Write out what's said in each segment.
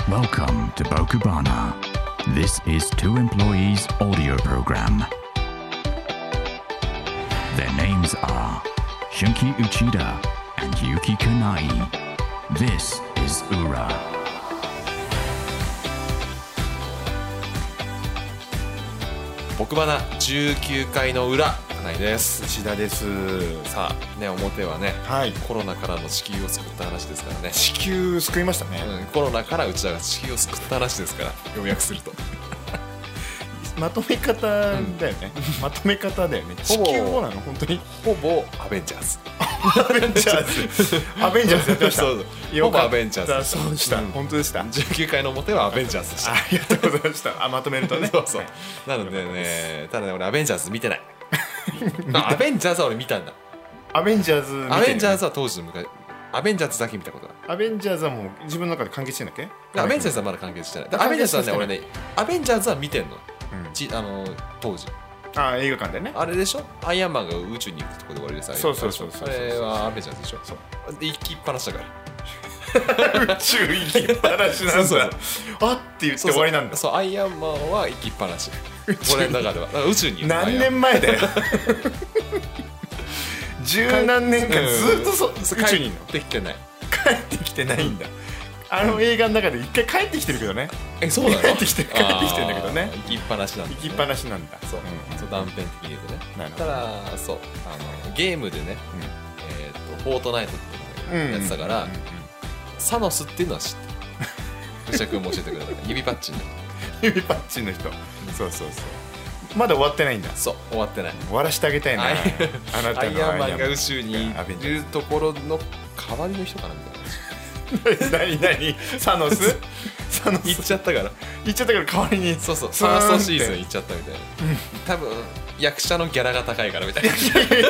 Welcome to Bokubana. This is two employees audio program. Their names are Shunki Uchida and Yuki Kunai. This is Ura. 僕花19回の裏金井です。 内田です。 さあね、表はね、 はい、 コロナからの地球を救った話ですからね。 地球救いましたね、 コロナから内田が地球を救った話ですから、要約するとまとめ方だよね、まとめ方だよね。地球をなの本当にほぼアベンジャーズアベンジャーズやってました。 そうほぼアベンジャーズでした。 そうでした、本当でした。 19回の表はアベンジャーズでした。 ありがとうございました。まとめるとねそうそう、なのでね、ただね、俺アベンジャーズ見てないアベンジャーズは俺見たんだ。 アベンジャーズ見てる、 アベンジャーズは当時の昔、アベンジャーズだけ見たことある。 アベンジャーズはもう自分の中で完結してんだっけ。 アベンジャーズはまだ完結してない。アベンジャーズはね、俺ね、アベンジャーズは見てんの、当時映画館でね。 あれでしょ、アイアンマンが宇宙に行くとこで終わりでさ。 そうあれはアベンジャーズでしょ。そうで、行きっぱなしだから宇宙行きっぱなしなんだ。そうあって言って終わりなんだ。 そう、アイアンマンは行きっぱなし。俺の中ではだから宇宙に何年前だよ十何年間ずっと宇宙にいるの。 帰ってきてない。 帰ってきてないんだ。あの映画の中で一回帰ってきてるけどね。 そうなの。 帰ってきてるんだけどね。 行きっぱなしなんだ。 行きっぱなしなんだ。 そう断片的に言うとね。ただそうゲームでね、フォートナイトっていうのをやってたから、サノスっていうのは知ってる。内田君も教えてくれた。指パッチンの人。そうまだ終わってないんだ。 そう、終わってない。 終わらせてあげたいな。あなたのアイアンマンが宇宙にいるところの代わりの人かなみたいな。 何サノス行っちゃったから代わりに。そうファーストシーズン行っちゃったみたいな。多分役者のギャラが高いからみたいな。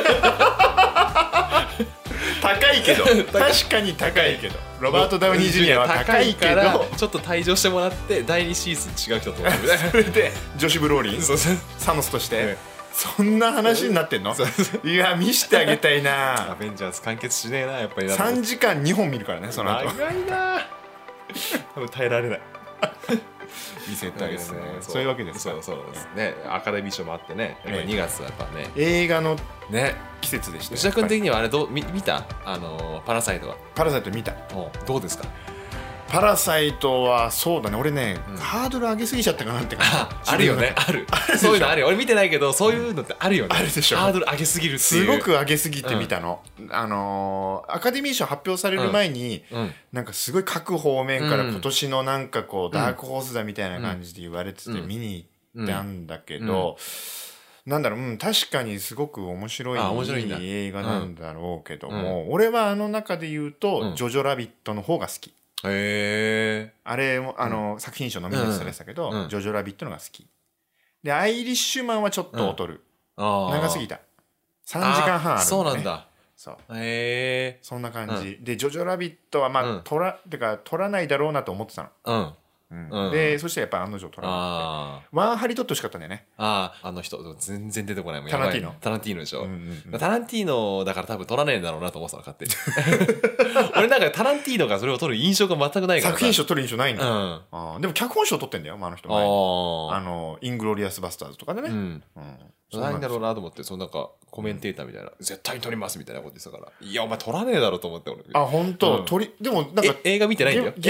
高いけど確かに高いけど、ロバート・ダウニー・ジュニアは高いけど、 ちょっと退場してもらって第2シーズン違う人と思ってみたいな。 それでジョシュ・ブローリンサノスとして、そんな話になってんの。いや見してあげたいな。 アベンジャーズ完結しねえな、やっぱり。 3時間2本見るからね、その後。 長いな。多分耐えられない。 見せたいですね。そういうわけです。 そうですね。アカデミー賞もあってね、やっぱ2月はやっぱね、 映画のね季節でした。 内田君的にはあれ見た？パラサイトは。 パラサイト見た。 どうですか？ パラサイトはそうだね、俺ね、ハードル上げすぎちゃったかなって感じ。 あるよね。あるそういうのあるよ。俺見てないけどそういうのってあるよね。 あるでしょ。 ハードル上げすぎるっていう。 すごく上げすぎて見たの。アカデミー賞発表される前に、なんかすごい各方面から今年のなんかこうダークホースだみたいな感じで言われてて見に行ったんだけど、なんだろう、確かにすごく面白い映画なんだろうけども、俺はあの中で言うとジョジョラビットの方が好き。あれも作品賞ノミネートされてたけど、ジョジョラビットのが好きで、アイリッシュマンはちょっと劣る、長すぎた。3時間半あるんだね。 そうなんだ。 そう、そんな感じ、でジョジョラビットは取らないだろうなと思ってたの。でそしてやっぱ案の定取らなくて、ワンハリ取ってほしかったんだよね。 あの人全然出てこない。もん。 タランティーノでしょ。タランティーノだから多分取らねえんだろうなと思ってたの、勝手に。俺なんかタランティーノがそれを取る印象が全くないから。 作品賞取る印象ないんだ。でも脚本賞取ってんだよ、あの人前。イングロリアスバスターズとかでね。 ないんだろうなと思って、そのなんかコメンテーターみたいな、絶対に取りますみたいなこと言ってたから、いやお前取らねえだろと思って俺。 本当。でもなんか映画見てないんだよ。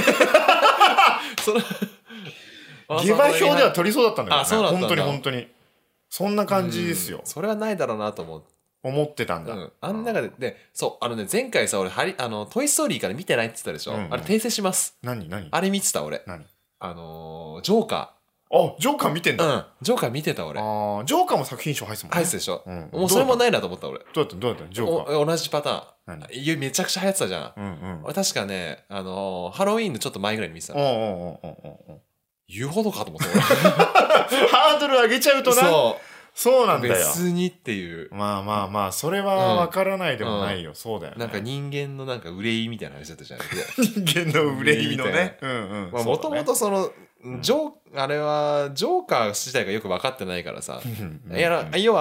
下馬評では取りそうだったんだよね。 そうなんだ。 本当にそんな感じですよ。 それはないだろうなと思ってたんだ。 あん中でそう前回さ、俺トイストーリーから見てないって言ったでしょ。あれ訂正します。 何あれ見てた俺。ジョーカー。ジョーカー見てんだ。 ジョーカー見てた俺。 ジョーカーも作品賞入ってたもんね。 入ってたでしょ。もうそれもないなと思った俺。 どうやったジョーカー。 同じパターン。めちゃくちゃ流行ってたじゃん。俺確かね、ハロウィーンのちょっと前ぐらいに見てた。言うほどかと思った俺。 ハードル上げちゃうとな。そうなんだよ。 別にっていう。 まあそれは分からないでもないよ。そうだよね。 なんか人間のなんか憂いみたいな話だったじゃん。 人間の憂いのね。 もともとそのあれはジョーカー自体がよく分かってないからさ。要はあれ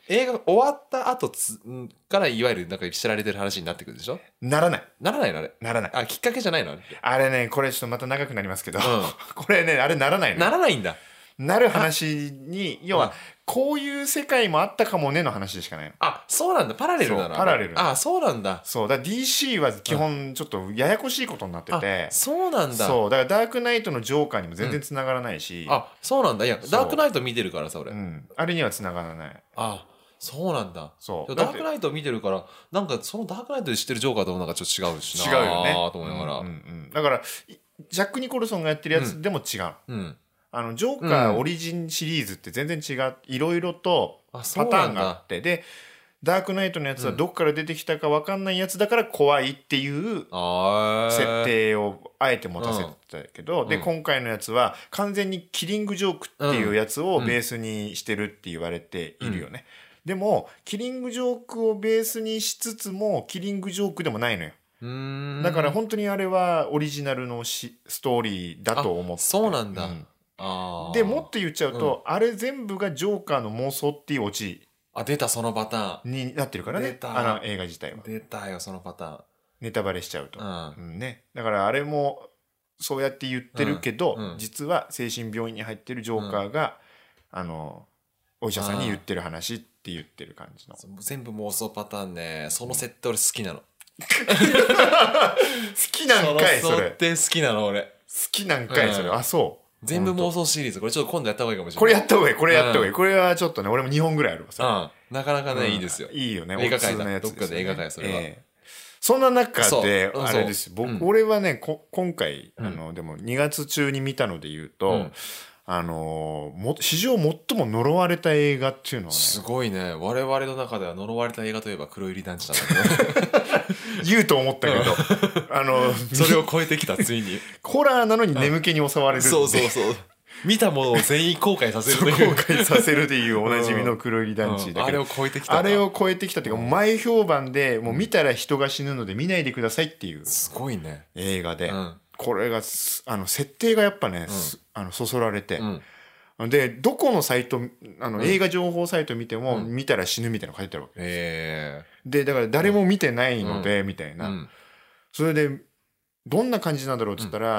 映画終わった後からいわゆるなんか知られてる話になってくるでしょ。 ならないならないのあれ。 ならない。 あ、きっかけじゃないのあれね、これちょっとまた長くなりますけど、これね、あれならないの。 ならないんだ。 なる話に、要は、こういう世界もあったかもねの話でしかないの。 あ、そうなんだ。パラレルなの。 パラレル。 あ、そうなんだ。 そう。だから DC は基本ちょっとややこしいことになってて。 そうなんだ。 そう。だからダークナイトのジョーカーにも全然繋がらないし。 あ、そうなんだ。いや、ダークナイト見てるからさ、俺。 あれには繋がらない。 あ、そうなんだ。 そう。 ダークナイト見てるから、なんかそのダークナイトで知ってるジョーカーともなんかちょっと違うしな。違うよね。 と思いながら。 だから、ジャック・ニコルソンがやってるやつでも違う。ジョーカーオリジンシリーズって全然違う。いろいろとパターンがあって。で、ダークナイトのやつはどっから出てきたか分かんないやつだから怖いっていう設定をあえて持たせてたけど、で、今回のやつは完全にキリングジョークっていうやつをベースにしてるって言われているよね。でも、キリングジョークをベースにしつつも、キリングジョークでもないのよ。だから本当にあれはオリジナルのストーリーだと思って。 そうなんだ。 でもっと言っちゃうと、あれ全部がジョーカーの妄想っていうオチ出たそのパターンになってるからね、映画自体は。 出たよそのパターン。 ネタバレしちゃうと、ね。だからあれもそうやって言ってるけど、実は精神病院に入ってるジョーカーが、お医者さんに言ってる話って言ってる感じの。 全部妄想パターンね。その設定俺好きなの。好きなんかいそれ。 その設定好きなの俺。好きなんかいそれ。あ、そう。 全部妄想シリーズ。これちょっと今度やった方がいいかもしれない。 これやった方がいい。これやった方がいい。これはちょっとね、俺も2本ぐらいあるわさ。なかなかね、いいですよ。 いいよね。 映画館だ。どっかで映画館それは。 そんな中で、あれですよ。俺はね、今回、でも2月中に見たので言うと、史上最も呪われた映画っていうのはね。 すごいね。我々の中では呪われた映画といえば黒いり団地だね。 言うと思ったけど、 それを超えてきた、ついに。 ホラーなのに眠気に襲われる。 そうそうそう。見たものを全員後悔させるという。 後悔させるというおなじみの黒いり団地だけど、 あれを超えてきた。 あれを超えてきたっていうか、前評判で、もう見たら人が死ぬので見ないでくださいっていう。 すごいね。 映画で。これが、設定がやっぱね、そそられて。で、どこのサイト、映画情報サイト見ても、見たら死ぬみたいなの書いてあるわけ。で、だから誰も見てないので、みたいな。それで、どんな感じなんだろうって言ったら、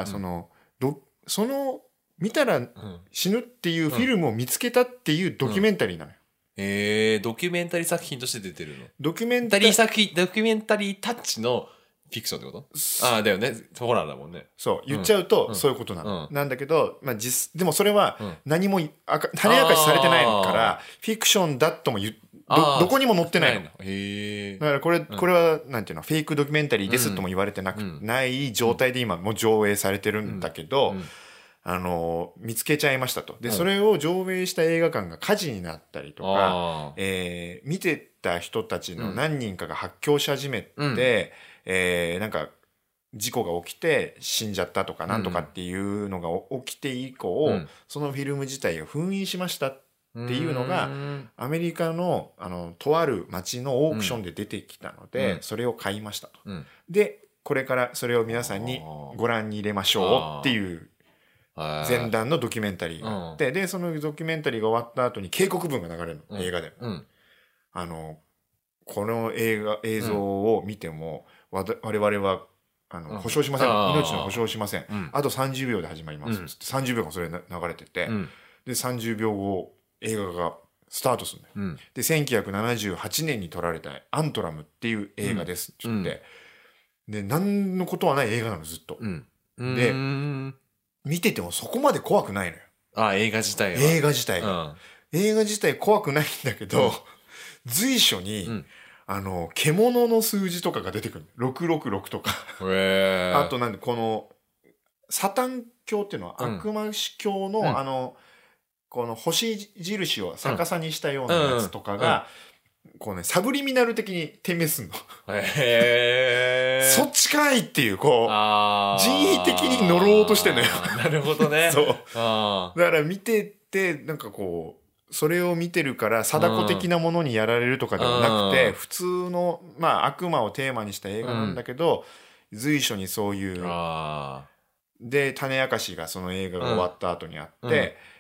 見たら死ぬっていうフィルムを見つけたっていうドキュメンタリーなのよ。 ドキュメンタリー作品として出てるの。 ドキュメンタリータッチのフィクションってこと？だよね。ホラーだもんね。 そう。言っちゃうと、そういうことなの。なんだけど、でもそれは何も種明かしされてないから、フィクションだともどこにも載ってないの。だからこれは、なんていうの、フェイクドキュメンタリーですとも言われてない状態で今もう上映されてるんだけど、見つけちゃいましたと。で、それを上映した映画館が火事になったりとか、見てた人たちの何人かが発狂し始めて、なんか、事故が起きて死んじゃったとかなんとかっていうのが起きて以降、そのフィルム自体を封印しましたっていうのが、アメリカの、とある街のオークションで出てきたので、それを買いましたと。で、これからそれを皆さんにご覧に入れましょうっていう、前段のドキュメンタリーがあって、で、そのドキュメンタリーが終わった後に警告文が流れるの、映画で。この映像を見ても、我々は、保証しません。命の保証しません。あと30秒で始まります。30秒間それ流れてて、で、30秒後、映画がスタートするんだよ。で、1978年に撮られたアントラムっていう映画ですって言って、で、何のことはない映画なの、ずっと。で、見ててもそこまで怖くないのよ。 映画自体は。 映画自体が。映画自体怖くないんだけど、随所に、獣の数字とかが出てくる。666とか。あとこの、サタン教っていうのは悪魔教の、この星印を逆さにしたようなやつとかが、こうね、サブリミナル的に点滅すんの。そっちかいっていう、こう、人為的に乗ろうとしてんのよ。 なるほどね。 そう。だから見てて、なんかこう、それを見てるから貞子的なものにやられるとかではなくて、普通の、悪魔をテーマにした映画なんだけど、随所にそういう、で、種明かしがその映画が終わった後にあって、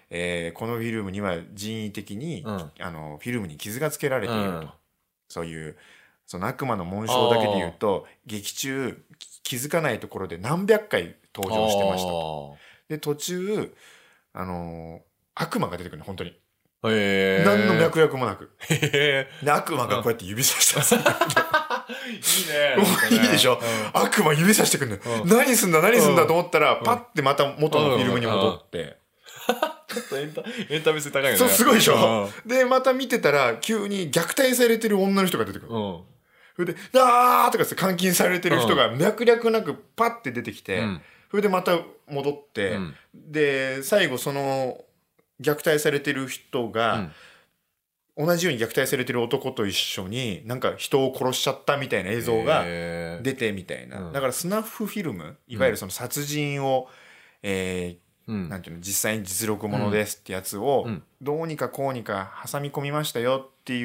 このフィルムには人為的に、フィルムに傷がつけられていると、そういうその悪魔の紋章だけで言うと劇中気づかないところで何百回登場してましたと。で途中悪魔が出てくるの本当に。何の脈絡もなく。で悪魔がこうやって指さしてます。いいね。いいでしょ、悪魔指さしてくるのよ。何すんだと思ったら、パッてまた元のフィルムに戻って。 ちょっとエンタメ性高いよね。 そう、すごいでしょ。で、また見てたら、急に虐待されてる女の人が出てくる。それで、あーとか監禁されてる人が脈絡なくパッて出てきて、それでまた戻って、で、最後その、虐待されてる人が、同じように虐待されてる男と一緒になんか人を殺しちゃったみたいな映像が出てみたいな、だからスナッフフィルム、いわゆるその殺人を、なんていうの、実際に実録ものですってやつをどうにかこうにか挟み込みましたよっていう、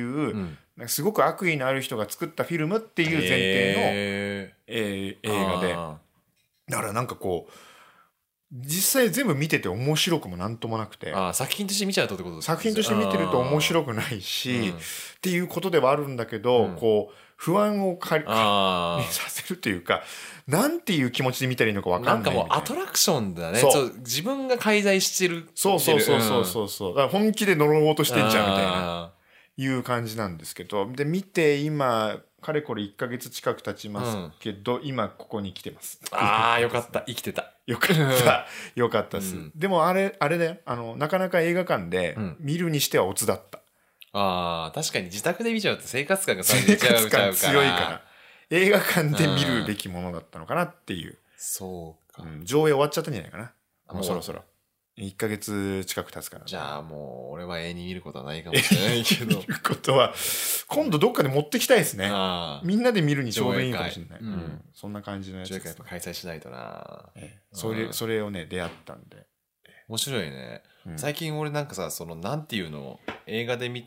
すごく悪意のある人が作ったフィルムっていう前提の、映画で、だからなんかこう実際全部見てて面白くもなんともなくて、 作品として見ちゃうとってことですか。 作品として見てると面白くないし、っていうことではあるんだけど、こう不安をさせるというか、なんていう気持ちで見たらいいのか分かんないみたいな。 なんかもうアトラクションだね。そう自分が介在してる。 そうだから本気で呪おうとしてんじゃんみたいないう感じなんですけど、で見て今かれこれ1ヶ月近く経ちますけど、今ここに来てます。 よかった、生きてた。 よかったです。でもあれだよ、なかなか映画館で見るにしてはオツだった。 確かに自宅で見ちゃうと生活感が生活感強いから、映画館で見るべきものだったのかなっていう。 そうか。 上映終わっちゃったんじゃないかな。もうそろそろ。1ヶ月近く経つから。 じゃあもう俺は永遠に見ることはないかもしれないけど。 見ることは今度どっかで持ってきたいですね。みんなで見るにちょうどいいかもしれない。そんな感じのやつです。 上映会やっぱ開催しないとな。 それをね出会ったんで。 面白いね。最近俺なんかさ、そのなんていうの、映画で見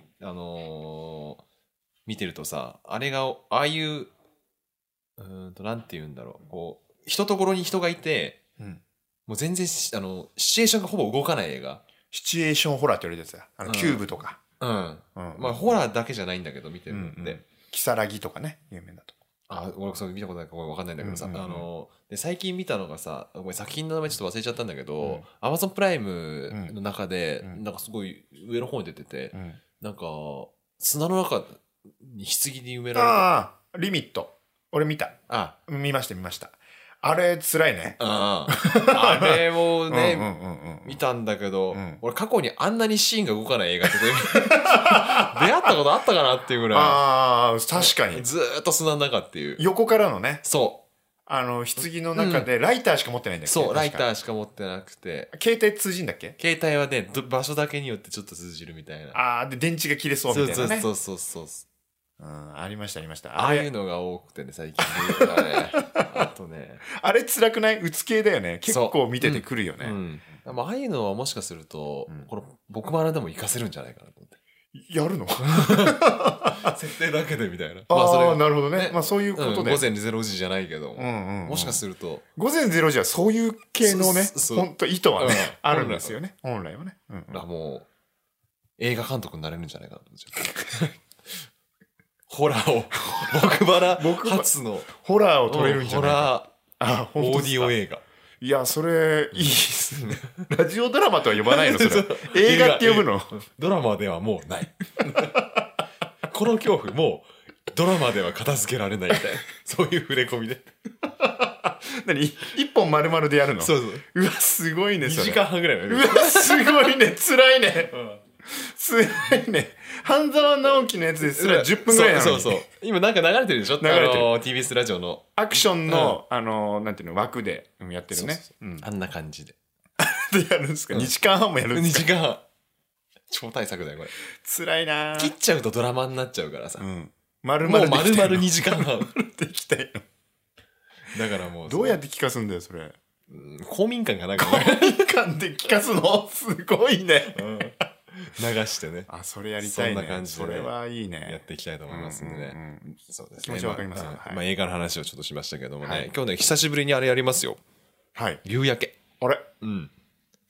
てるとさ、あれがああいうなんていうんだろう、こう一ところに人がいて。もう全然シチュエーションがほぼ動かない映画。 シチュエーションホラーって言われるやつだ。キューブとか。まあホラーだけじゃないんだけど見てるんで。 キサラギとかね、有名だと。 俺それ見たことないから分かんないんだけどさ、で最近見たのがさ、作品の名前ちょっと忘れちゃったんだけど、Amazon プライムの中でなんかすごい上の方に出てて、なんか砂の中に棺に埋められて、リミット。俺見た。見ました。あれ辛いね。 あれをね見たんだけど、俺過去にあんなにシーンが動かない映画って出会ったことあったかなっていうぐらい。確かにずーっと砂の中っていう、 横からのね。 そう棺の中でライターしか持ってないんだっけ。 そう、ライターしか持ってなくて、 携帯通じんだっけ。 携帯はね場所だけによってちょっと通じるみたいな。 で電池が切れそうみたいなね。 そうありました。 ああいうのが多くてね、最近ね。あとね、 あれ辛くない？うつ系だよね。結構見ててくるよね。 ああいうのはもしかするとこの僕マナでも活かせるんじゃないかなと思って。 やるの？ 設定だけでみたいな。 なるほどね。そういうことで。 午前0時じゃないけど、もしかすると午前0時はそういう系のね、本当意図はねあるんですよね。本来はね。 もう映画監督になれるんじゃないかなと思っちゃう。ホラーを僕初のホラーを撮れるんじゃないか。オーディオ映画。 いや、それいいですね。ラジオドラマとは呼ばないの？それ映画って呼ぶの？ ドラマではもうない。この恐怖もうドラマでは片付けられないみたいな、そういう触れ込みで。 何？一本丸々でやるの？ そう。 うわ、すごいね。 2時間半ぐらい。 うわ、すごいね。辛いね。辛いね。半沢直樹のやつですら10分ぐらいなのに。 そう今なんか流れてるでしょ。流れてる。TBS ラジオのアクションのなんていうの、枠でやってるね。 あんな感じでやるんですか。2時間半もやるんですか。 2時間半。超大作だよこれ。 辛いな。 切っちゃうとドラマになっちゃうからさ。 丸 々2時間半できたよ。 だからもうどうやって聞かすんだよそれ。 公民館かなんか。 公民館で聞かすのすごいね。 流してね。 それやりたいね。 そんな感じでそれはいいね。 やっていきたいと思いますんでね。そうですね。 気持ちわかります。 映画の話をちょっとしましたけどもね。今日ね久しぶりにあれやりますよ。 はい。 夕焼け。 あれ？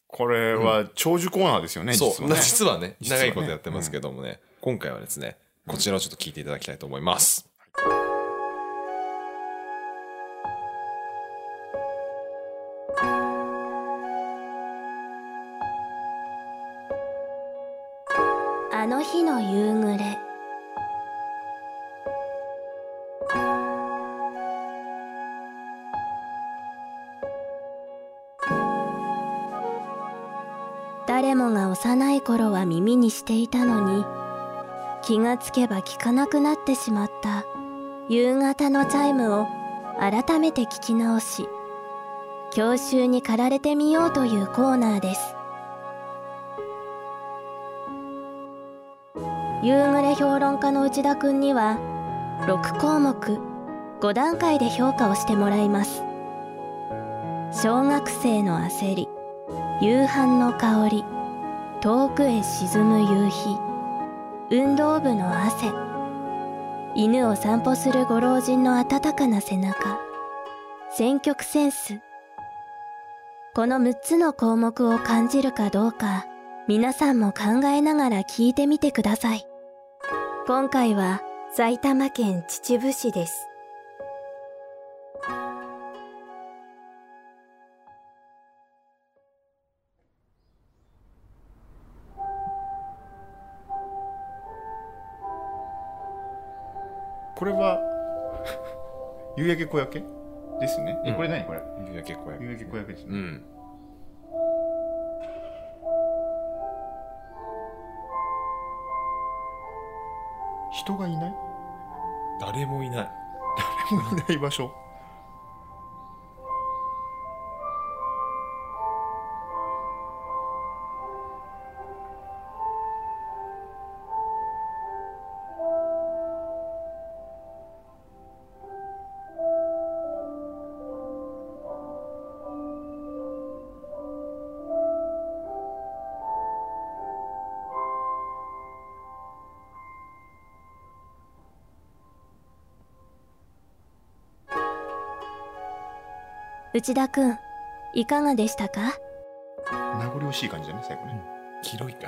これは長寿コーナーですよね、 そう、 実はね。 実はね、長いことやってますけどもね、今回はですね、こちらをちょっと聞いていただきたいと思います。 あの日の夕暮れ。誰もが幼い頃は耳にしていたのに、気がつけば聞かなくなってしまった夕方のチャイムを改めて聞き直し、郷愁に駆られてみようというコーナーです。夕暮れ評論家の内田くんには6項目5段階で評価をしてもらいます。小学生の焦り、夕飯の香り、遠くへ沈む夕日、運動部の汗、犬を散歩するご老人の温かな背中、選曲センス。この6つの項目を感じるかどうか、皆さんも考えながら聞いてみてください。今回は埼玉県秩父市です。 これは夕焼け小焼けですね。これ何これ？ 夕焼け小焼け。 夕焼け小焼けですね。 うん。 人がいない？ 誰もいない。 誰もいない場所。 内田くん、いかがでしたか？ 名残惜しい感じだね、最後ね。 広いから。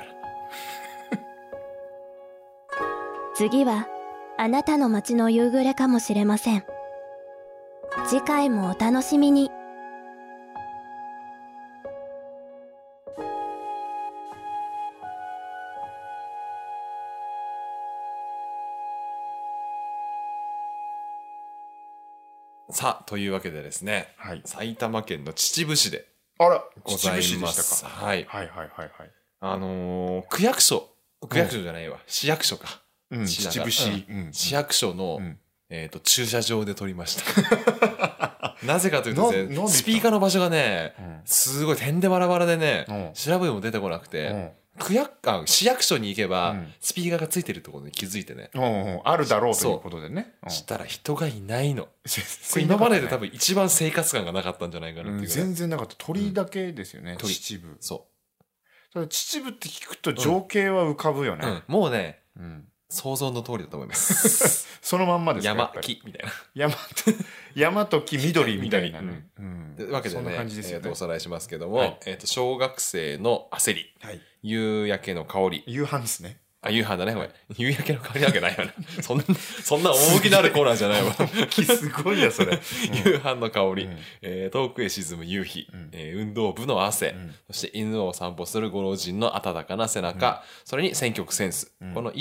次はあなたの街の夕暮れかもしれません。次回もお楽しみに。 さあ、というわけでですね、 はい、 埼玉県の秩父市でございます。 はい、はいはいはいはい。区役所じゃないわ、市役所か。 秩父市、 市役所の、駐車場で撮りました。なぜかというとね、スピーカーの場所がね、すごい点でバラバラでね、調べても出てこなくて、市役所に行けば、スピーカーがついてるところに気づいてね、 あるだろうということでね。 したら人がいないの。今までで多分一番生活感がなかったんじゃないかなっていう。 全然なかった。鳥だけですよね、秩父。 そう。 ただ秩父って聞くと情景は浮かぶよね。 もうね、想像の通りだと思います。 そのまんまですね。 山、木みたいな。 山と木、緑みたいなね。 というわけでね、おさらいしますけども、小学生の焦り、夕焼けの香り。 夕飯ですね。 夕飯だね、これ。夕焼けの香りなわけないよな。そんな趣のあるコーナーじゃないわ。 すごいや、それ。 夕飯の香り、遠くへ沈む夕日、運動部の汗、そして犬を散歩するご老人の温かな背中、それに選曲センス。この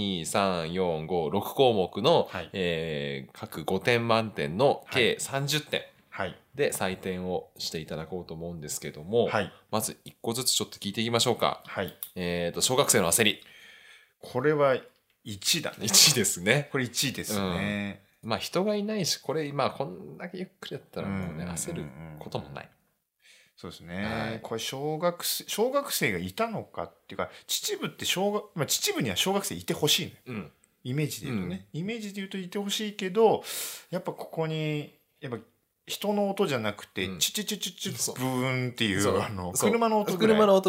1、2、3、4、5、6項目の、各5点満点の計30点。で採点をしていただこうと思うんですけども、まず1個ずつちょっと聞いていきましょうか。小学生の焦り。 これは1だね。 1ですね。 これ1位ですね。 まあ人がいないし、これこんだけゆっくりやったらもうね、焦ることもない。 そうですね。これ小学生がいたのかっていうか、秩父って秩父には小学生いてほしいのよ。イメージで言うとね。イメージで言うといてほしいけど、やっぱここに、やっぱ人の音じゃなくて、チュチュチュチュチュブーンっていう、車の音ぐらい。 車の音ぐらい。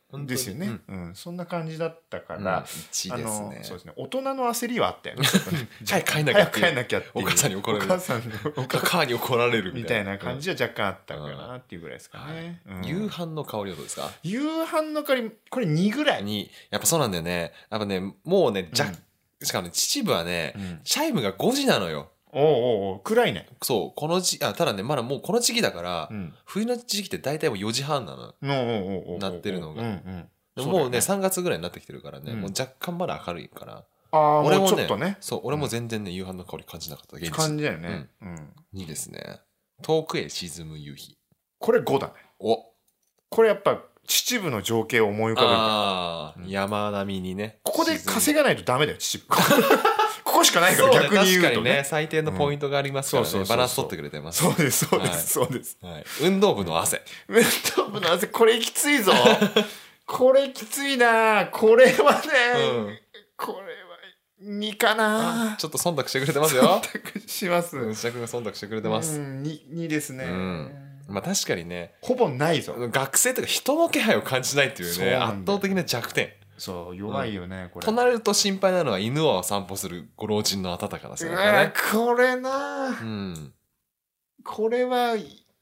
ですよね、そんな感じだったから、 1位ですね。 そうですね、大人の焦りはあったよね早く帰んなきゃっていう、お母さんに怒られる、母に怒られるみたいな感じは若干あったかなっていうぐらいですかね。 夕飯の香りはどうですか？ 夕飯の香り、これ2ぐらいに、やっぱそうなんだよね。やっぱね、もうね、しかもね、秩父はね、チャイムが5時なのよ。 おう暗いね。 そう、ただね、まだもうこの時期だから、冬の時期って大体もう4時半なの。なってるのが。もうね、3月ぐらいになってきてるからね、もう若干まだ明るいから。俺もちょっとね。そう、俺も全然ね、夕飯の香り感じなかった。現地感じだよね。 いいですね。遠くへ沈む夕日。 これ5だね。これやっぱ秩父の情景を思い浮かべるから。 山並みにね。 ここで稼がないとダメだよ、秩父。ここしかないから逆に言うとね。確かにね、 最低のポイントがありますからね。バランス取ってくれてます。 そうです、そうです。 運動部の汗。 運動部の汗、これきついぞ。これきついな。これはね、これは2かな。 ちょっと忖度してくれてますよ。 忖度します。 内田君が忖度してくれてます。 2ですね。 まあ確かにね。 ほぼないぞ。 学生とか人の気配を感じないっていうね、圧倒的な弱点。 そう、弱いよね、これ。 となると心配なのは犬を散歩するご老人の温かな姿ね。 これな、これは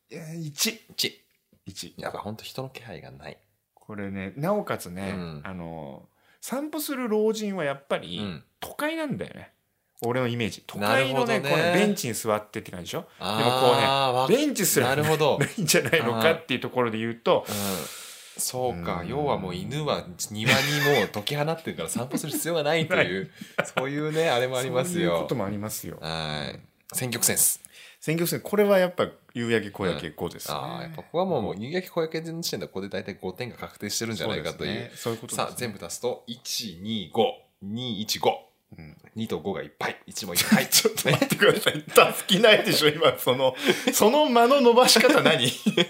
1。 やっぱほんと人の気配がない。 これね、なおかつね、散歩する老人はやっぱり都会なんだよね。俺のイメージ。都会のね、このベンチに座ってって感じでしょ。でもこうね、ベンチすらないんじゃないのかっていうところで言うと、 そうか、要はもう犬は庭にもう解き放ってるから散歩する必要がないというそういうね、あれもありますよ。 そういうこともありますよ。 選曲センス、 これはやっぱ夕焼け小焼け5ですね。 やっぱここはもう夕焼け小焼けの時点でここで大体5点が確定してるんじゃないかという。 そういうことですね。 さあ全部足すと125、215、2と5がいっぱい、1もいっぱい。 ちょっと待ってください。たすきないでしょ今。その間の伸ばし方何？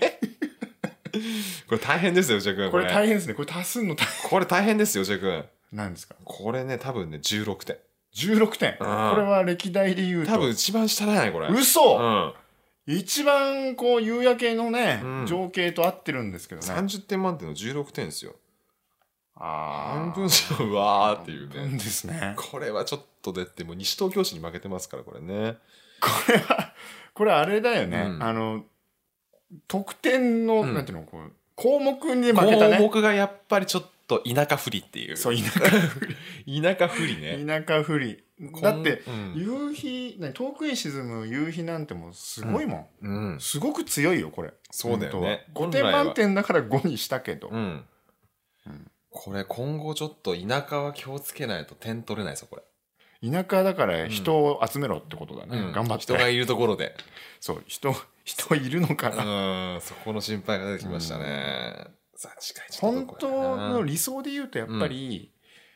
これ大変ですよ、内田君。 これ大変ですね。これ足すのこれ大変ですよ、内田君。 何ですか？ これね、多分ね、16点。 16点。これは歴代で言うと。 多分一番下だね、これ。 嘘！一番こう夕焼けのね、情景と合ってるんですけどね。 30点満点の16点ですよ。半分以上、うわーっていうね。 ですね。 これはちょっとでってもう西東京市に負けてますから、これね。 これあれだよね。得点の、なんていうの、こう項目に負けたね。 項目がやっぱりちょっと田舎不利っていう。 そう、田舎不利。 田舎不利ね。 田舎不利。だって、夕日、遠くへ沈む夕日なんてもうすごいもん。すごく強いよ、これ。 そうだよね。 5点満点だから5にしたけど。 これ今後ちょっと田舎は気をつけないと点取れないぞ、これ。 田舎だから人を集めろってことだね。頑張って。 人がいるところで。 そう、人いるのかな。 そこの心配が出てきましたね。さあ、近い本当の理想で言うとやっぱり、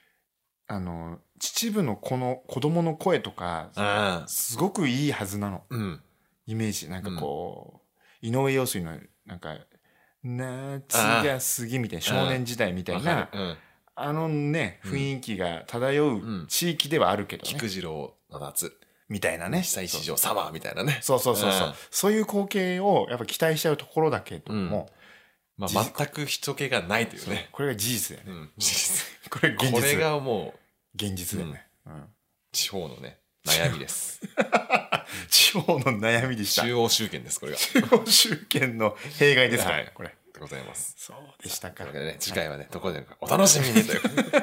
秩父のこの子供の声とか、すごくいいはずなの。イメージ。なんかこう、井上陽水の、なんか、夏が過ぎみたいな、少年時代みたいな、ね、雰囲気が漂う地域ではあるけどね。 菊次郎の夏。 みたいなね。 被災市場サマーみたいなね。 そう。そういう光景をやっぱ期待しちゃうところだけども。 全く人気がないというね。 これが事実だよね。 事実。 これ現実。 これがもう。 現実だよね。 地方のね、悩みです。 地方の悩みでした。 中央集権です、これが。 中央集権の弊害ですから、これ。 でございます。 そうでしたか。 というわけでね、次回はね、どこでお楽しみにという。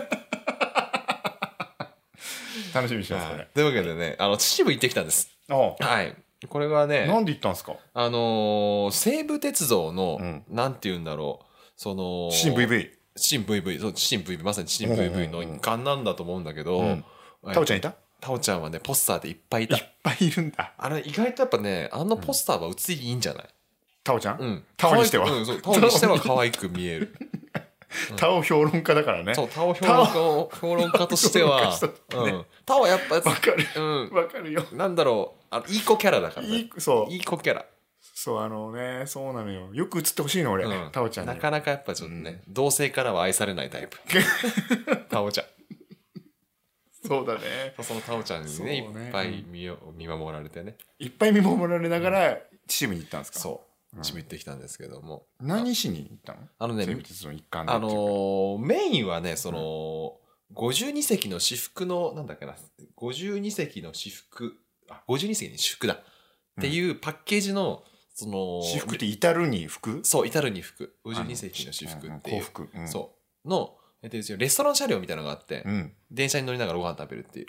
楽しみにしてます、これ。 というわけでね、秩父行ってきたんです。はい。これはね、 なんで行ったんですか？ 西武鉄道の、なんて言うんだろう、 新 VV。 新 VV、そう、新 VV、まさに新 VV の一環なんだと思うんだけど、 タオちゃんいた？ タオちゃんはね、ポスターでいっぱいいた。 いっぱいいるんだ。 意外とやっぱね、ポスターは写りいいんじゃない？ タオちゃん？タオにしては。 タオにしては可愛く見える。 タオ評論家だからね。 そう、タオ評論家としては、タオはやっぱ、 わかるよ。 なんだろう、いい子キャラだからね。 そう。 いい子キャラ。 そう、そうなのよ。よく映ってほしいの、俺。タオちゃんに。 なかなかやっぱちょっとね、同性からは愛されないタイプ。タオちゃん。 そうだね。 そのタオちゃんにね、いっぱい見守られてね。 いっぱい見守られながら、秩父に行ったんですか？ そう。 秩父行ってきたんですけども、 何しに行ったの？西武鉄道の一環でっていうかメインはねその、52席の私服のなんだっけな52席の私服52席に私服だっていうパッケージのその私服って至るに服？ そう至るに服52席の私服っていう、 幸福、 そうのレストラン車両みたいなのがあって、電車に乗りながらご飯食べるっていう、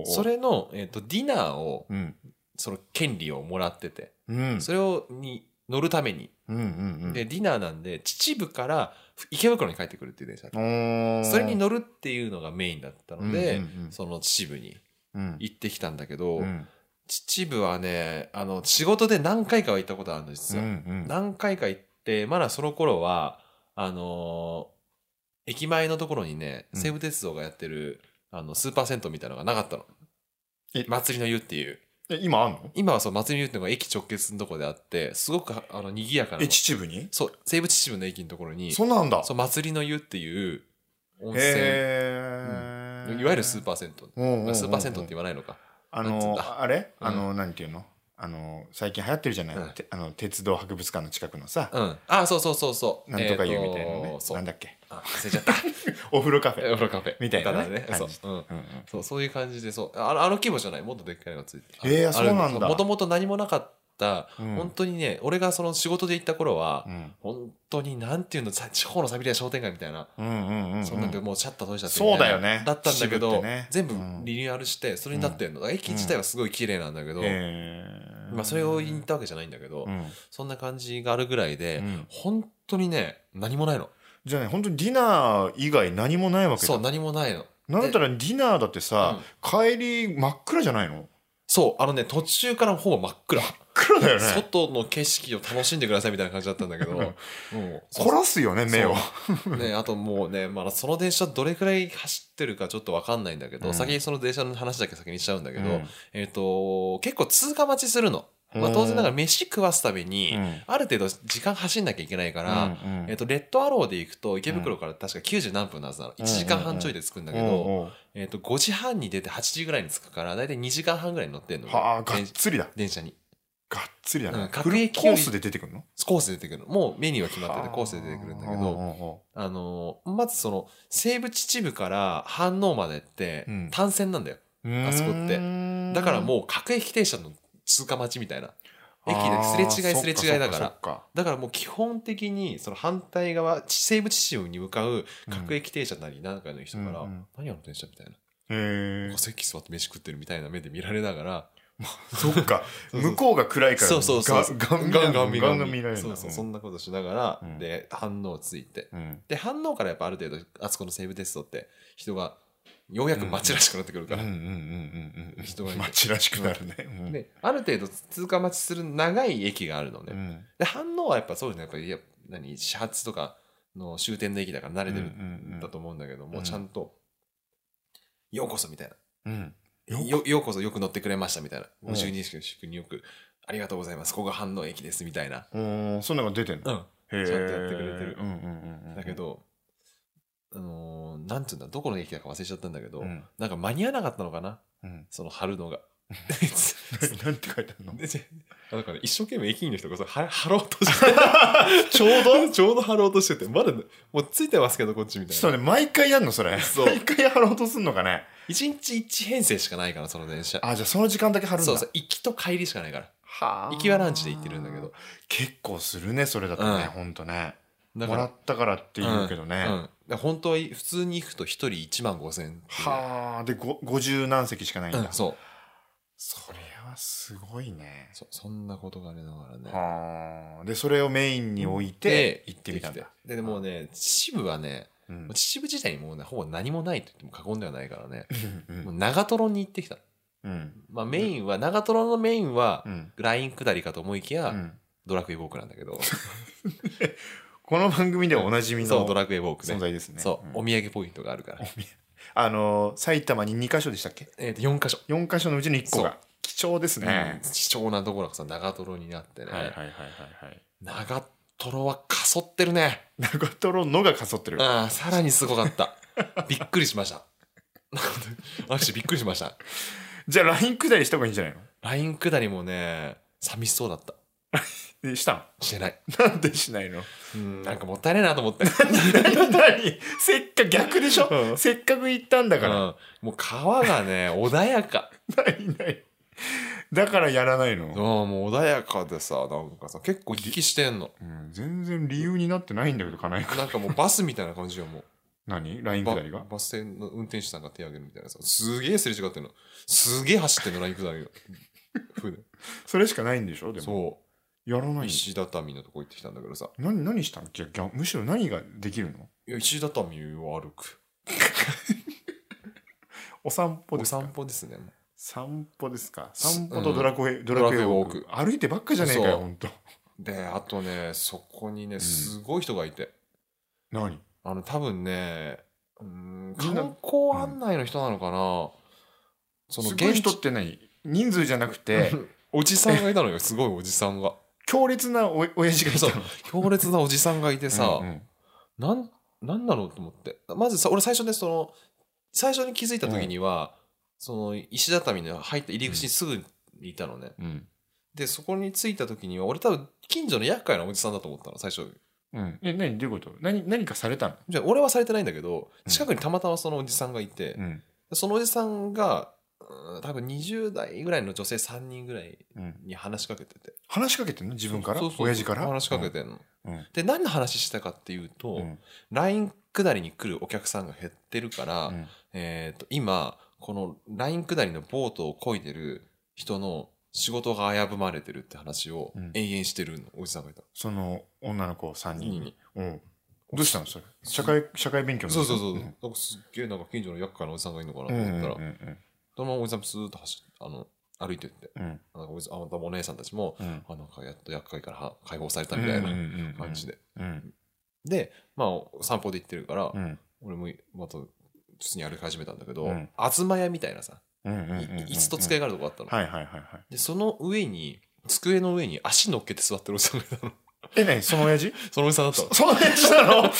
それの、ディナーを、その権利をもらってて、それに乗るために、でディナーなんで秩父から池袋に帰ってくるっていう電車で、それに乗るっていうのがメインだったので、その秩父に行ってきたんだけど、秩父はね仕事で何回かは行ったことあるんですよ、何回か行って、まだその頃は駅前のところにね西武鉄道がやってるスーパー銭湯みたいなのがなかったの。祭りの湯っていう。 今あんの？ 今はそう祭りの湯っていうのが駅直結のところであって、すごく賑やかな。 秩父に？ そう西武秩父の駅のところに。 そうなんだ。 そう祭りの湯っていう温泉、いわゆるスーパー銭湯、スーパー銭湯って言わないのか。 あれなんていうの？最近流行ってるじゃない、鉄道博物館の近くのさ、 そうなんとか湯みたいなね、なんだっけ、 忘れちゃったお風呂カフェみたいなね、そういう感じで、規模じゃない、もっとでっかいのがついて、 そうなんだ。 もともと何もなかった、本当にね、俺がその仕事で行った頃は、本当になんていうの、地方の寂れや商店街みたいな、そんなんでもうシャッター閉じちゃってそうだよね、 だったんだけど、全部リニューアルしてそれになってるの。駅自体はすごい綺麗なんだけど、それを言ったわけじゃないんだけど、そんな感じがあるぐらいで、本当にね何もないの。 じゃあね、本当にディナー以外何もないわけだ。 そう、何もないの。 なんだったらディナーだってさ、帰り真っ暗じゃないの？ そう、途中からほぼ真っ暗。 真っ暗だよね。 外の景色を楽しんでくださいみたいな感じだったんだけど、 凝らすよね、目を。 ね、あともうね、まだその電車どれくらい走ってるかちょっと分かんないんだけど、先にその電車の話だけ先にしちゃうんだけど、結構通過待ちするの。当然ながら飯食わすために、ある程度時間走んなきゃいけないから、レッドアローで行くと池袋から確か90何分のはずなの。1時間半ちょいで着くんだけど、5時半に出て8時ぐらいに着くから、だいたい2時間半ぐらいに乗ってんの。 はあ、がっつりだ。 電車に。 がっつりだね。 各駅コースで出てくるの？ コースで出てくるの。もうメニューは決まっててコースで出てくるんだけど、まずその西武秩父から飯能までって単線なんだよ。あそこって。だからもう各駅停車の通過待ちみたいな。駅ですれ違いだから。だからもう基本的にその反対側、西武秩父に向かう各駅停車なり何かの人から、何あの電車みたいな。席座って飯食ってるみたいな目で見られながら、 そっか、向こうが暗いからガン見られる。 そんなことしながら、で飯能ついて、で飯能からやっぱある程度あそこの西武鉄道って人がようやく街らしくなってくるから、人がいて街らしくなるね。 である程度通過待ちする長い駅があるのね。で飯能はやっぱそういうのやっぱり始発とかの終点の駅だから慣れてるんだと思うんだけども、ちゃんとようこそみたいな。ようこそよく乗ってくれましたみたいな。52式によくありがとうございます。ここが飯能駅ですみたいな。 そんなのが出てんの？ ちゃんとやってくれてる。だけど、なんていうんだ、どこの駅だか忘れちゃったんだけど、なんか間に合わなかったのかな、その貼るのが。 なんて書いてあるの？ だから一生懸命駅員の人が貼ろうとしてちょうど貼ろうとしてて、まだもうついてますけどこっちみたいな。 そうね、毎回やんのそれ。毎回貼ろうとすんのかね。 1日1編成しかないからその電車。 じゃあその時間だけ貼るんだ。 そう行きと帰りしかないから。行きはランチで行ってるんだけど。 結構するねそれだとね、ほんとね。もらったからって言うけどね。 本当は普通に行くと1人15,000。 で50何席しかないんだ。 そう。 それはすごいね。 そんなことがありながらね。 でそれをメインに置いて行ってみたんだ。 でもうね秩父はね、秩父自体にもうねほぼ何もないと言っても過言ではないからね。もう長瀞に行ってきた。メインは長瀞のメインはライン下りかと思いきやドラクエウォークなんだけど。 この番組ではおなじみのドラクエウォークね。 存在ですね。 そうお土産ポイントがあるから。 埼玉に2カ所でしたっけ ？4カ所。 4カ所のうちの1個が貴重ですね。 貴重なところがさ長瀞になってね。長瀞はかそってるね。 長瀞のがかそってる。 さらにすごかった。びっくりしました。私びっくりしました。 じゃあライン下りした方がいいんじゃないの？ ライン下りもね寂しそうだった。 したん？ してない。 なんでしないの？ なんかもったいないなと思って。 何せっかく逆でしょ、せっかく行ったんだから、 もう川がね穏やか。 何だからやらないの？ もう穏やかでさ、なんかさ結構行き来してんの、 全然理由になってないんだけど、金井君。 なんかもうバスみたいな感じよ。もう何ライン下りがバス停の運転手さんが手挙げるみたいなさ、すげえすれ違ってんの、すげえ走ってんのライン下りが船それしかないんでしょ？でもそうやらない。 石畳のとこ行ってきたんだけどさ。 何したの？むしろ何ができるの？ いや、石畳を歩く。 お散歩ですか？ お散歩ですね。 散歩ですか？散歩とドラクエウォーク。歩いてばっかじゃねえかよ、ほんと。 で、あとね、そこにね、すごい人がいて。 何？ 多分ね、観光案内の人なのかな。 すごい人って何？人数じゃなくて、 おじさんがいたのよ、すごいおじさんが。 強烈な親父がいたの。 強烈なおじさんがいてさ、なんだろうと思って。まずさ、俺最初ね、最初に気づいた時には、石畳の入った入り口にすぐにいたのね。で、そこに着いた時には、俺多分近所の厄介なおじさんだと思ったの、最初。 何どういうこと？何かされたの？ じゃあ俺はされてないんだけど、近くにたまたまそのおじさんがいて、そのおじさんが、多分20代ぐらいの女性3人ぐらいに話しかけてて。 話しかけてんの？自分から？親父から？ 話しかけてんの。で、何の話したかっていうと、ライン下りに来るお客さんが減ってるから、今、このライン下りのボートを漕いでる人の仕事が危ぶまれてるって話を延々してるの、おじさんがいた。 その女の子3人に。どうしたのそれ？社会勉強の？ そう。なんかすっげえなんか近所の厄介なおじさんがいるのかなと思ったら、そのままおじさんスーッと歩いてって、お姉さんたちも、なんかやっと厄介から解放されたみたいな感じで。で、まあ散歩で行ってるから、俺もまた普通に歩き始めたんだけど、東屋みたいなさ、椅子と机があるとこあったの。で、その上に、机の上に足乗っけて座ってるおじさんがいたの。 何その親父？ そのおじさんだったの。 その親父なの？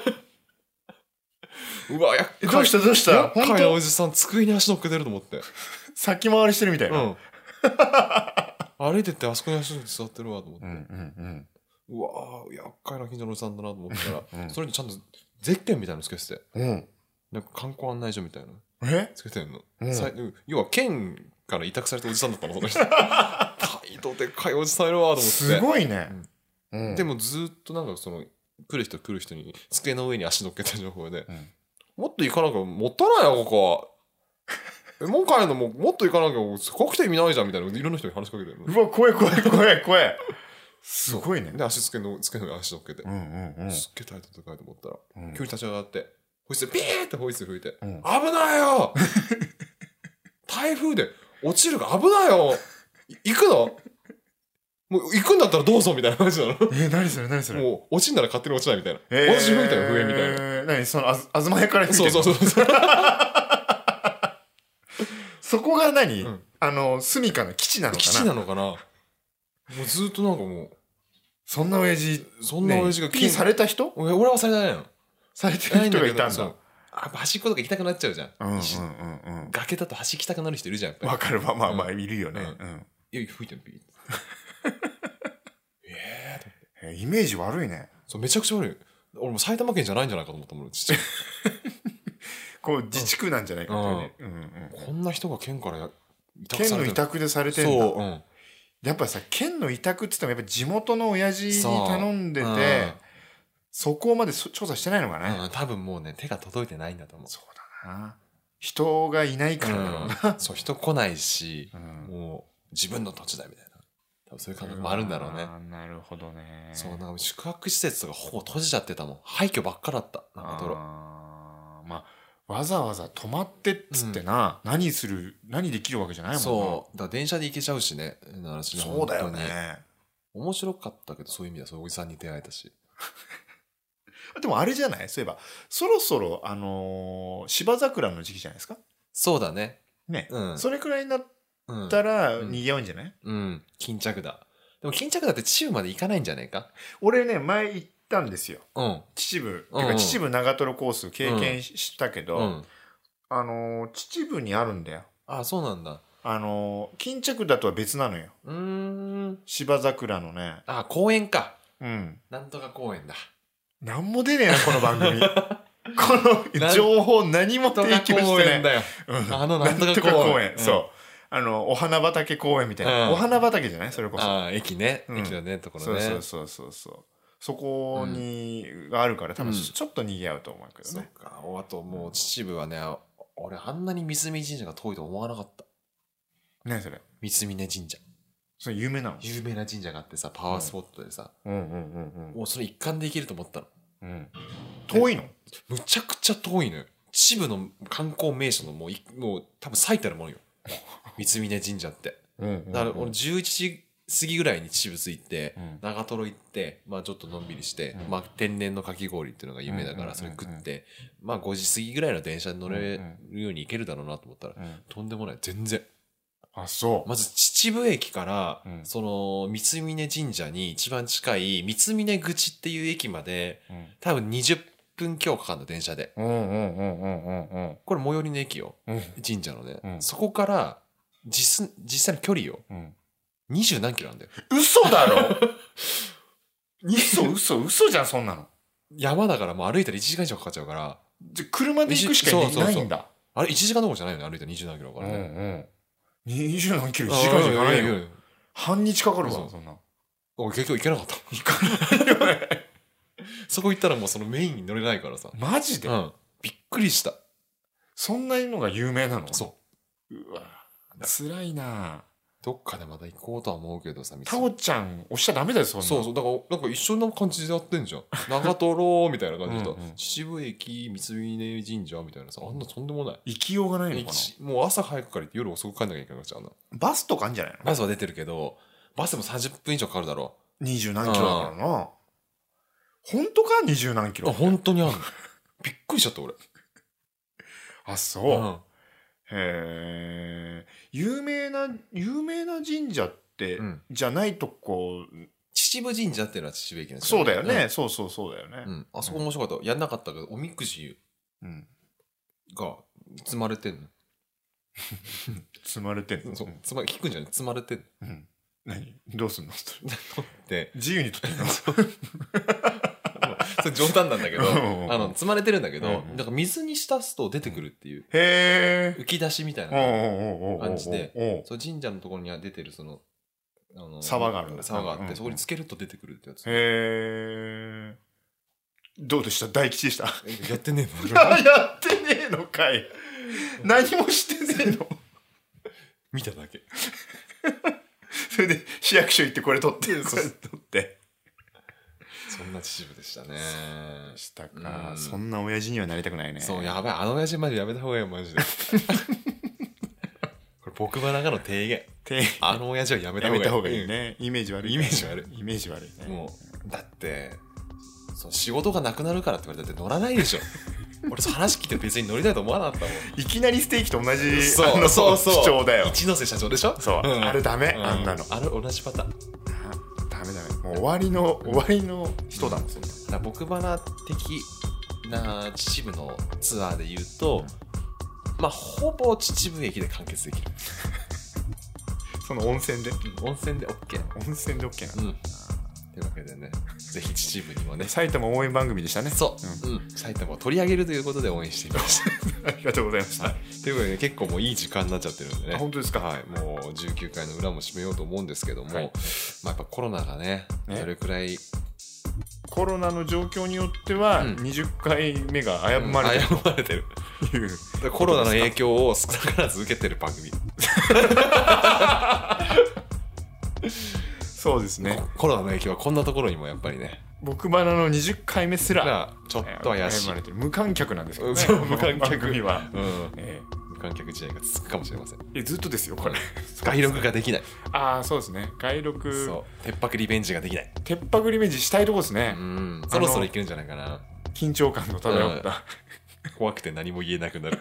うわ、厄介。 どうした厄介なおじさん、机に足乗っけてると思って。 先回りしてるみたいな。 歩いてってあそこに足乗っけて座ってるわと思って。うわー、厄介な近所のおじさんだなと思ったら、それにちゃんとゼッケンみたいなのつけてて。なんか観光案内所みたいなのつけてんの。要は県から委託されたおじさんだったの、その人。態度でっかいおじさんいるわと思って。 すごいね。 でもずっとなんか来る人に机の上に足乗っけた情報で、もっと行かなきゃもったいないよここは。もう帰るのもっと行かなきゃせっかく来て意味ないじゃんみたいな、いろんな人に話しかけてるの。 うわ、怖い。すごいね。 で机の上に足乗っけて、すっげえ態度高いと思ったら、急に立ち上がってホイッスルピーってホイッスル吹いて、危ないよ台風で落ちるから危ないよ行くのもう行くんだったらどうぞみたいな感じなの。 何それもう落ちんなら勝手に落ちないみたいな。私吹いたよ笛みたいな。 何その東屋から吹いてるの？ そうそこが何？住処の基地なのかな？ 基地なのかな。もうずっとなんかもうそんな親父がピーされた人？ 俺はされないの。 されてる人がいたんだ。 端っことか行きたくなっちゃうじゃん。崖だと端行きたくなる人いるじゃん。 わかるわ。まあいるよね。 吹いてるピー。 イメージ悪いね。 そう、めちゃくちゃ悪い。俺も埼玉県じゃないんじゃないかと思ったもん。 こう自治区なんじゃないかとね。 こんな人が県から県の委託でされてんだ。やっぱさ、県の委託って言ってもやっぱ地元の親父に頼んでて、そこまで調査してないのかね。 多分もうね、手が届いてないんだと思う。 そうだな。人がいないからだろうな。 そう、人来ないし、もう自分の土地だみたいな。多分そういう感覚もあるんだろうね。 なるほどね。 そう、なんか宿泊施設とかほぼ閉じちゃってたもん。廃墟ばっかだった。 まあ、わざわざ泊まってっつってな、何できるわけじゃないもんな。 そう。だから電車で行けちゃうしね。 そうだよね。 面白かったけど、そういう意味ではそういうおじさんに出会えたし。 でもあれじゃない？そういえば、そろそろ、芝桜の時期じゃないですか？ そうだね。 ね。それくらいになったら、賑わうんじゃない？ 巾着だ。でも巾着だって秩父まで行かないんじゃないか？ 俺ね、前行ったんですよ。秩父。てか秩父長瀞コース経験したけど、秩父にあるんだよ。 あ、そうなんだ。 巾着だとは別なのよ。芝桜のね。 あ、公園か。 うん。 なんとか公園だ。 なんも出ねえな、この番組。この情報何も提供してない。 だよ。なんとか公園。 そう。お花畑公園みたいな。お花畑じゃないそれこそ。 ああ、駅ね。駅のね、ところね。 そう。そこに、があるから多分ちょっと賑わうと思うけどね。 そっか。あともう秩父はね、俺あんなに三峯神社が遠いと思わなかった。 何それ？ 三峯神社。 それ有名なの？ 有名な神社があってさ、パワースポットでさ。もうそれ一貫で行けると思ったの。 遠いの？ むちゃくちゃ遠いのよ。秩父の観光名所のもう多分最たるものよ。三峯神社って。だから俺11時過ぎぐらいに秩父着いて、長瀞行って、まあちょっとのんびりして、まあ天然のかき氷っていうのが有名だからそれ食って、まあ5時過ぎぐらいの電車に乗れるように行けるだろうなと思ったら、とんでもない。全然。 あ、そう。 まず秩父駅から、その三峯神社に一番近い三峯口っていう駅まで、多分20分強かかるの、電車で。これ最寄りの駅よ。神社のね。そこから実際の距離よ。20何キロなんだよ。 嘘だろ嘘じゃん、そんなの。 山だからもう歩いたら1時間以上かかっちゃうから。 じゃ車で行くしかないんだ。 あれ1時間どころじゃないよね、歩いたら20何キロからね。 20何キロ1時間じゃないよ。半日かかるわ、そんな。 俺結局行けなかった。行かないよね。そこ行ったらもうそのメインに乗れないからさ。 マジで？ びっくりした。 そんなのが有名なの？ そう。 うわ、辛いな。 どっかでまた行こうとは思うけどさ、 タオちゃん押しちゃダメだよ、そんな。 そう。だからなんか一緒な感じでやってんじゃん。長瀞みたいな感じで秩父駅三峯神社みたいなさ、あんなとんでもない。 行きようがないのかな。 もう朝早くから行って夜遅く帰んなきゃいけなくなっちゃうな。 バスとかあるんじゃないの？ バスは出てるけど、バスでも30分以上かかるだろう。20何キロだからな。本当か？20何キロ。 本当にあるの。びっくりしちゃった俺。 あ、そう。有名な神社って、じゃないとこ。 秩父神社っていうのは秩父駅なんですよね。そうだよね。そうだよね。 あそこ面白かった。やんなかったけど、おみくじが積まれてんの。 積まれてんの？ そう。聞くんじゃない？積まれてんの。 何？どうすんの？ 取って自由に取ってんの？ それ冗談なんだけど、積まれてるんだけど、なんか水に浸すと出てくるっていう、浮き出しみたいな感じで、その神社のところに出てるその、 沢があるんだ。 沢があって、そこにつけると出てくるってやつ。 どうでした？大吉でした？ やってねえの？ やってねえのかい。何もしてねえの？ 見ただけ。 それで市役所行ってこれ取って。 そんな秩父でしたね。 したか。そんな親父にはなりたくないね。 そう、やばい。あの親父マジやめた方がいいよ、マジで。これ僕は中の提言。あの親父はやめた方がいいね。 イメージ悪い。 イメージ悪いね。 もう、だって、仕事がなくなるからって言われたって乗らないでしょ。俺話聞いて別に乗りたいと思わなかったもん。 いきなりステーキと同じそう主張だよ。 一ノ瀬社長でしょ。 そう。あれダメ、あんなの。 あれ同じパターン。 ダメ。もう終わりの人だもん。 だ僕花的な秩父のツアーで言うと、まあほぼ秩父駅で完結できる。 その温泉で？ 温泉で OK。 温泉で OK なの。 というわけでね、ぜひ秩父にもね。 埼玉応援番組でしたね。 そう。埼玉を取り上げるということで応援していました。 ありがとうございました。 ということで、結構もういい時間になっちゃってるんでね。 本当ですか？ はい。もう19回の裏も締めようと思うんですけども、まあやっぱコロナがね、どれくらい。 コロナの状況によっては、20回目が危ぶまれてる。 コロナの影響を少なからず受けてる番組。 そうですね。 コロナの影響はこんなところにもやっぱりね。 僕花の20回目すらちょっと怪しい。 無観客なんですけどね。 そう、無観客には。 無観客時代が続くかもしれません。 ずっとですよ、これ。 外録ができない。 ああ、そうですね。外録。 そう。鉄泊リベンジができない。 鉄泊リベンジしたいとこですね。 そろそろいけるんじゃないかな。 緊張感の漂った。 怖くて何も言えなくなる。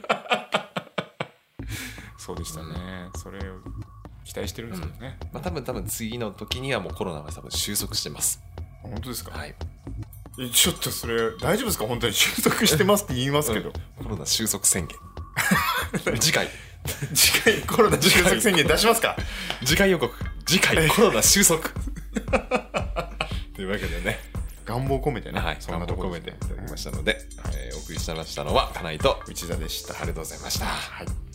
そうでしたね。それを期待してるんですけどね。 まあ多分次の時にはもうコロナは多分収束してます。 本当ですか？ はい。 ちょっとそれ大丈夫ですか？本当に収束してますって言いますけど。 コロナ収束宣言。次回次回コロナ収束宣言出しますか。 次回予告、次回コロナ収束というわけでね、 願望込めてね、 はい、 そんなところ願望込めていただきましたので、お送りしましたのは金井と内田でした。 ありがとうございました。 はい。